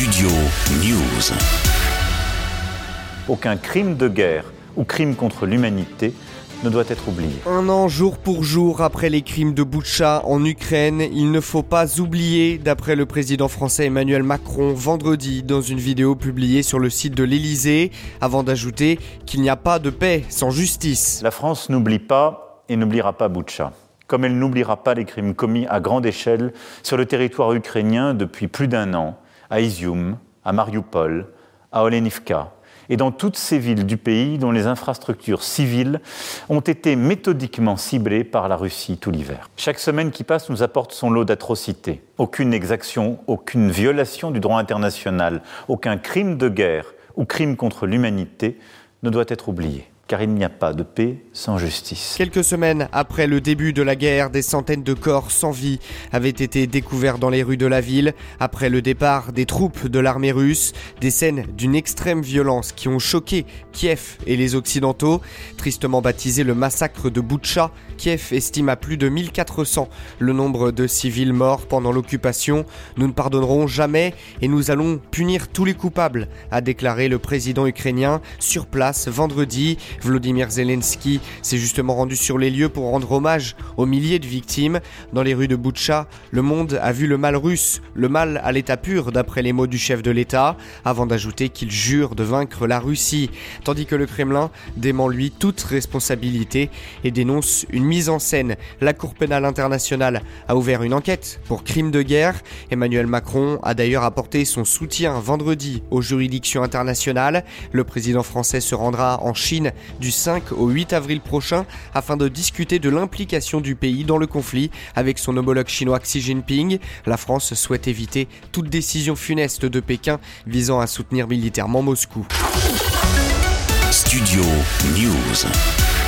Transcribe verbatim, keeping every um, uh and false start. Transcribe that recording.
Studio News. Aucun crime de guerre ou crime contre l'humanité ne doit être oublié. Un an jour pour jour après les crimes de Boutcha en Ukraine, il ne faut pas oublier, d'après le président français Emmanuel Macron vendredi dans une vidéo publiée sur le site de l'Élysée, avant d'ajouter qu'il n'y a pas de paix sans justice. La France n'oublie pas et n'oubliera pas Boutcha, comme elle n'oubliera pas les crimes commis à grande échelle sur le territoire ukrainien depuis plus d'un an, à Izium, à Mariupol, à Olenivka, et dans toutes ces villes du pays dont les infrastructures civiles ont été méthodiquement ciblées par la Russie tout l'hiver. Chaque semaine qui passe nous apporte son lot d'atrocités. Aucune exaction, aucune violation du droit international, aucun crime de guerre ou crime contre l'humanité ne doit être oublié. Car il n'y a pas de paix sans justice. Quelques semaines après le début de la guerre, des centaines de corps sans vie avaient été découverts dans les rues de la ville. Après le départ des troupes de l'armée russe, des scènes d'une extrême violence qui ont choqué Kiev et les Occidentaux. Tristement baptisé le massacre de Boutcha, Kiev estime à plus de mille quatre cents le nombre de civils morts pendant l'occupation. Nous ne pardonnerons jamais et nous allons punir tous les coupables, a déclaré le président ukrainien sur place vendredi. Volodymyr Zelensky s'est justement rendu sur les lieux pour rendre hommage aux milliers de victimes. Dans les rues de Boutcha, le monde a vu le mal russe, le mal à l'état pur d'après les mots du chef de l'État, avant d'ajouter qu'il jure de vaincre la Russie. Tandis que le Kremlin dément lui toute responsabilité et dénonce une mise en scène. La Cour pénale internationale a ouvert une enquête pour crimes de guerre. Emmanuel Macron a d'ailleurs apporté son soutien vendredi aux juridictions internationales. Le président français se rendra en Chine du cinq au huit avril prochain afin de discuter de l'implication du pays dans le conflit avec son homologue chinois Xi Jinping. La France souhaite éviter toute décision funeste de Pékin visant à soutenir militairement Moscou. Studio News.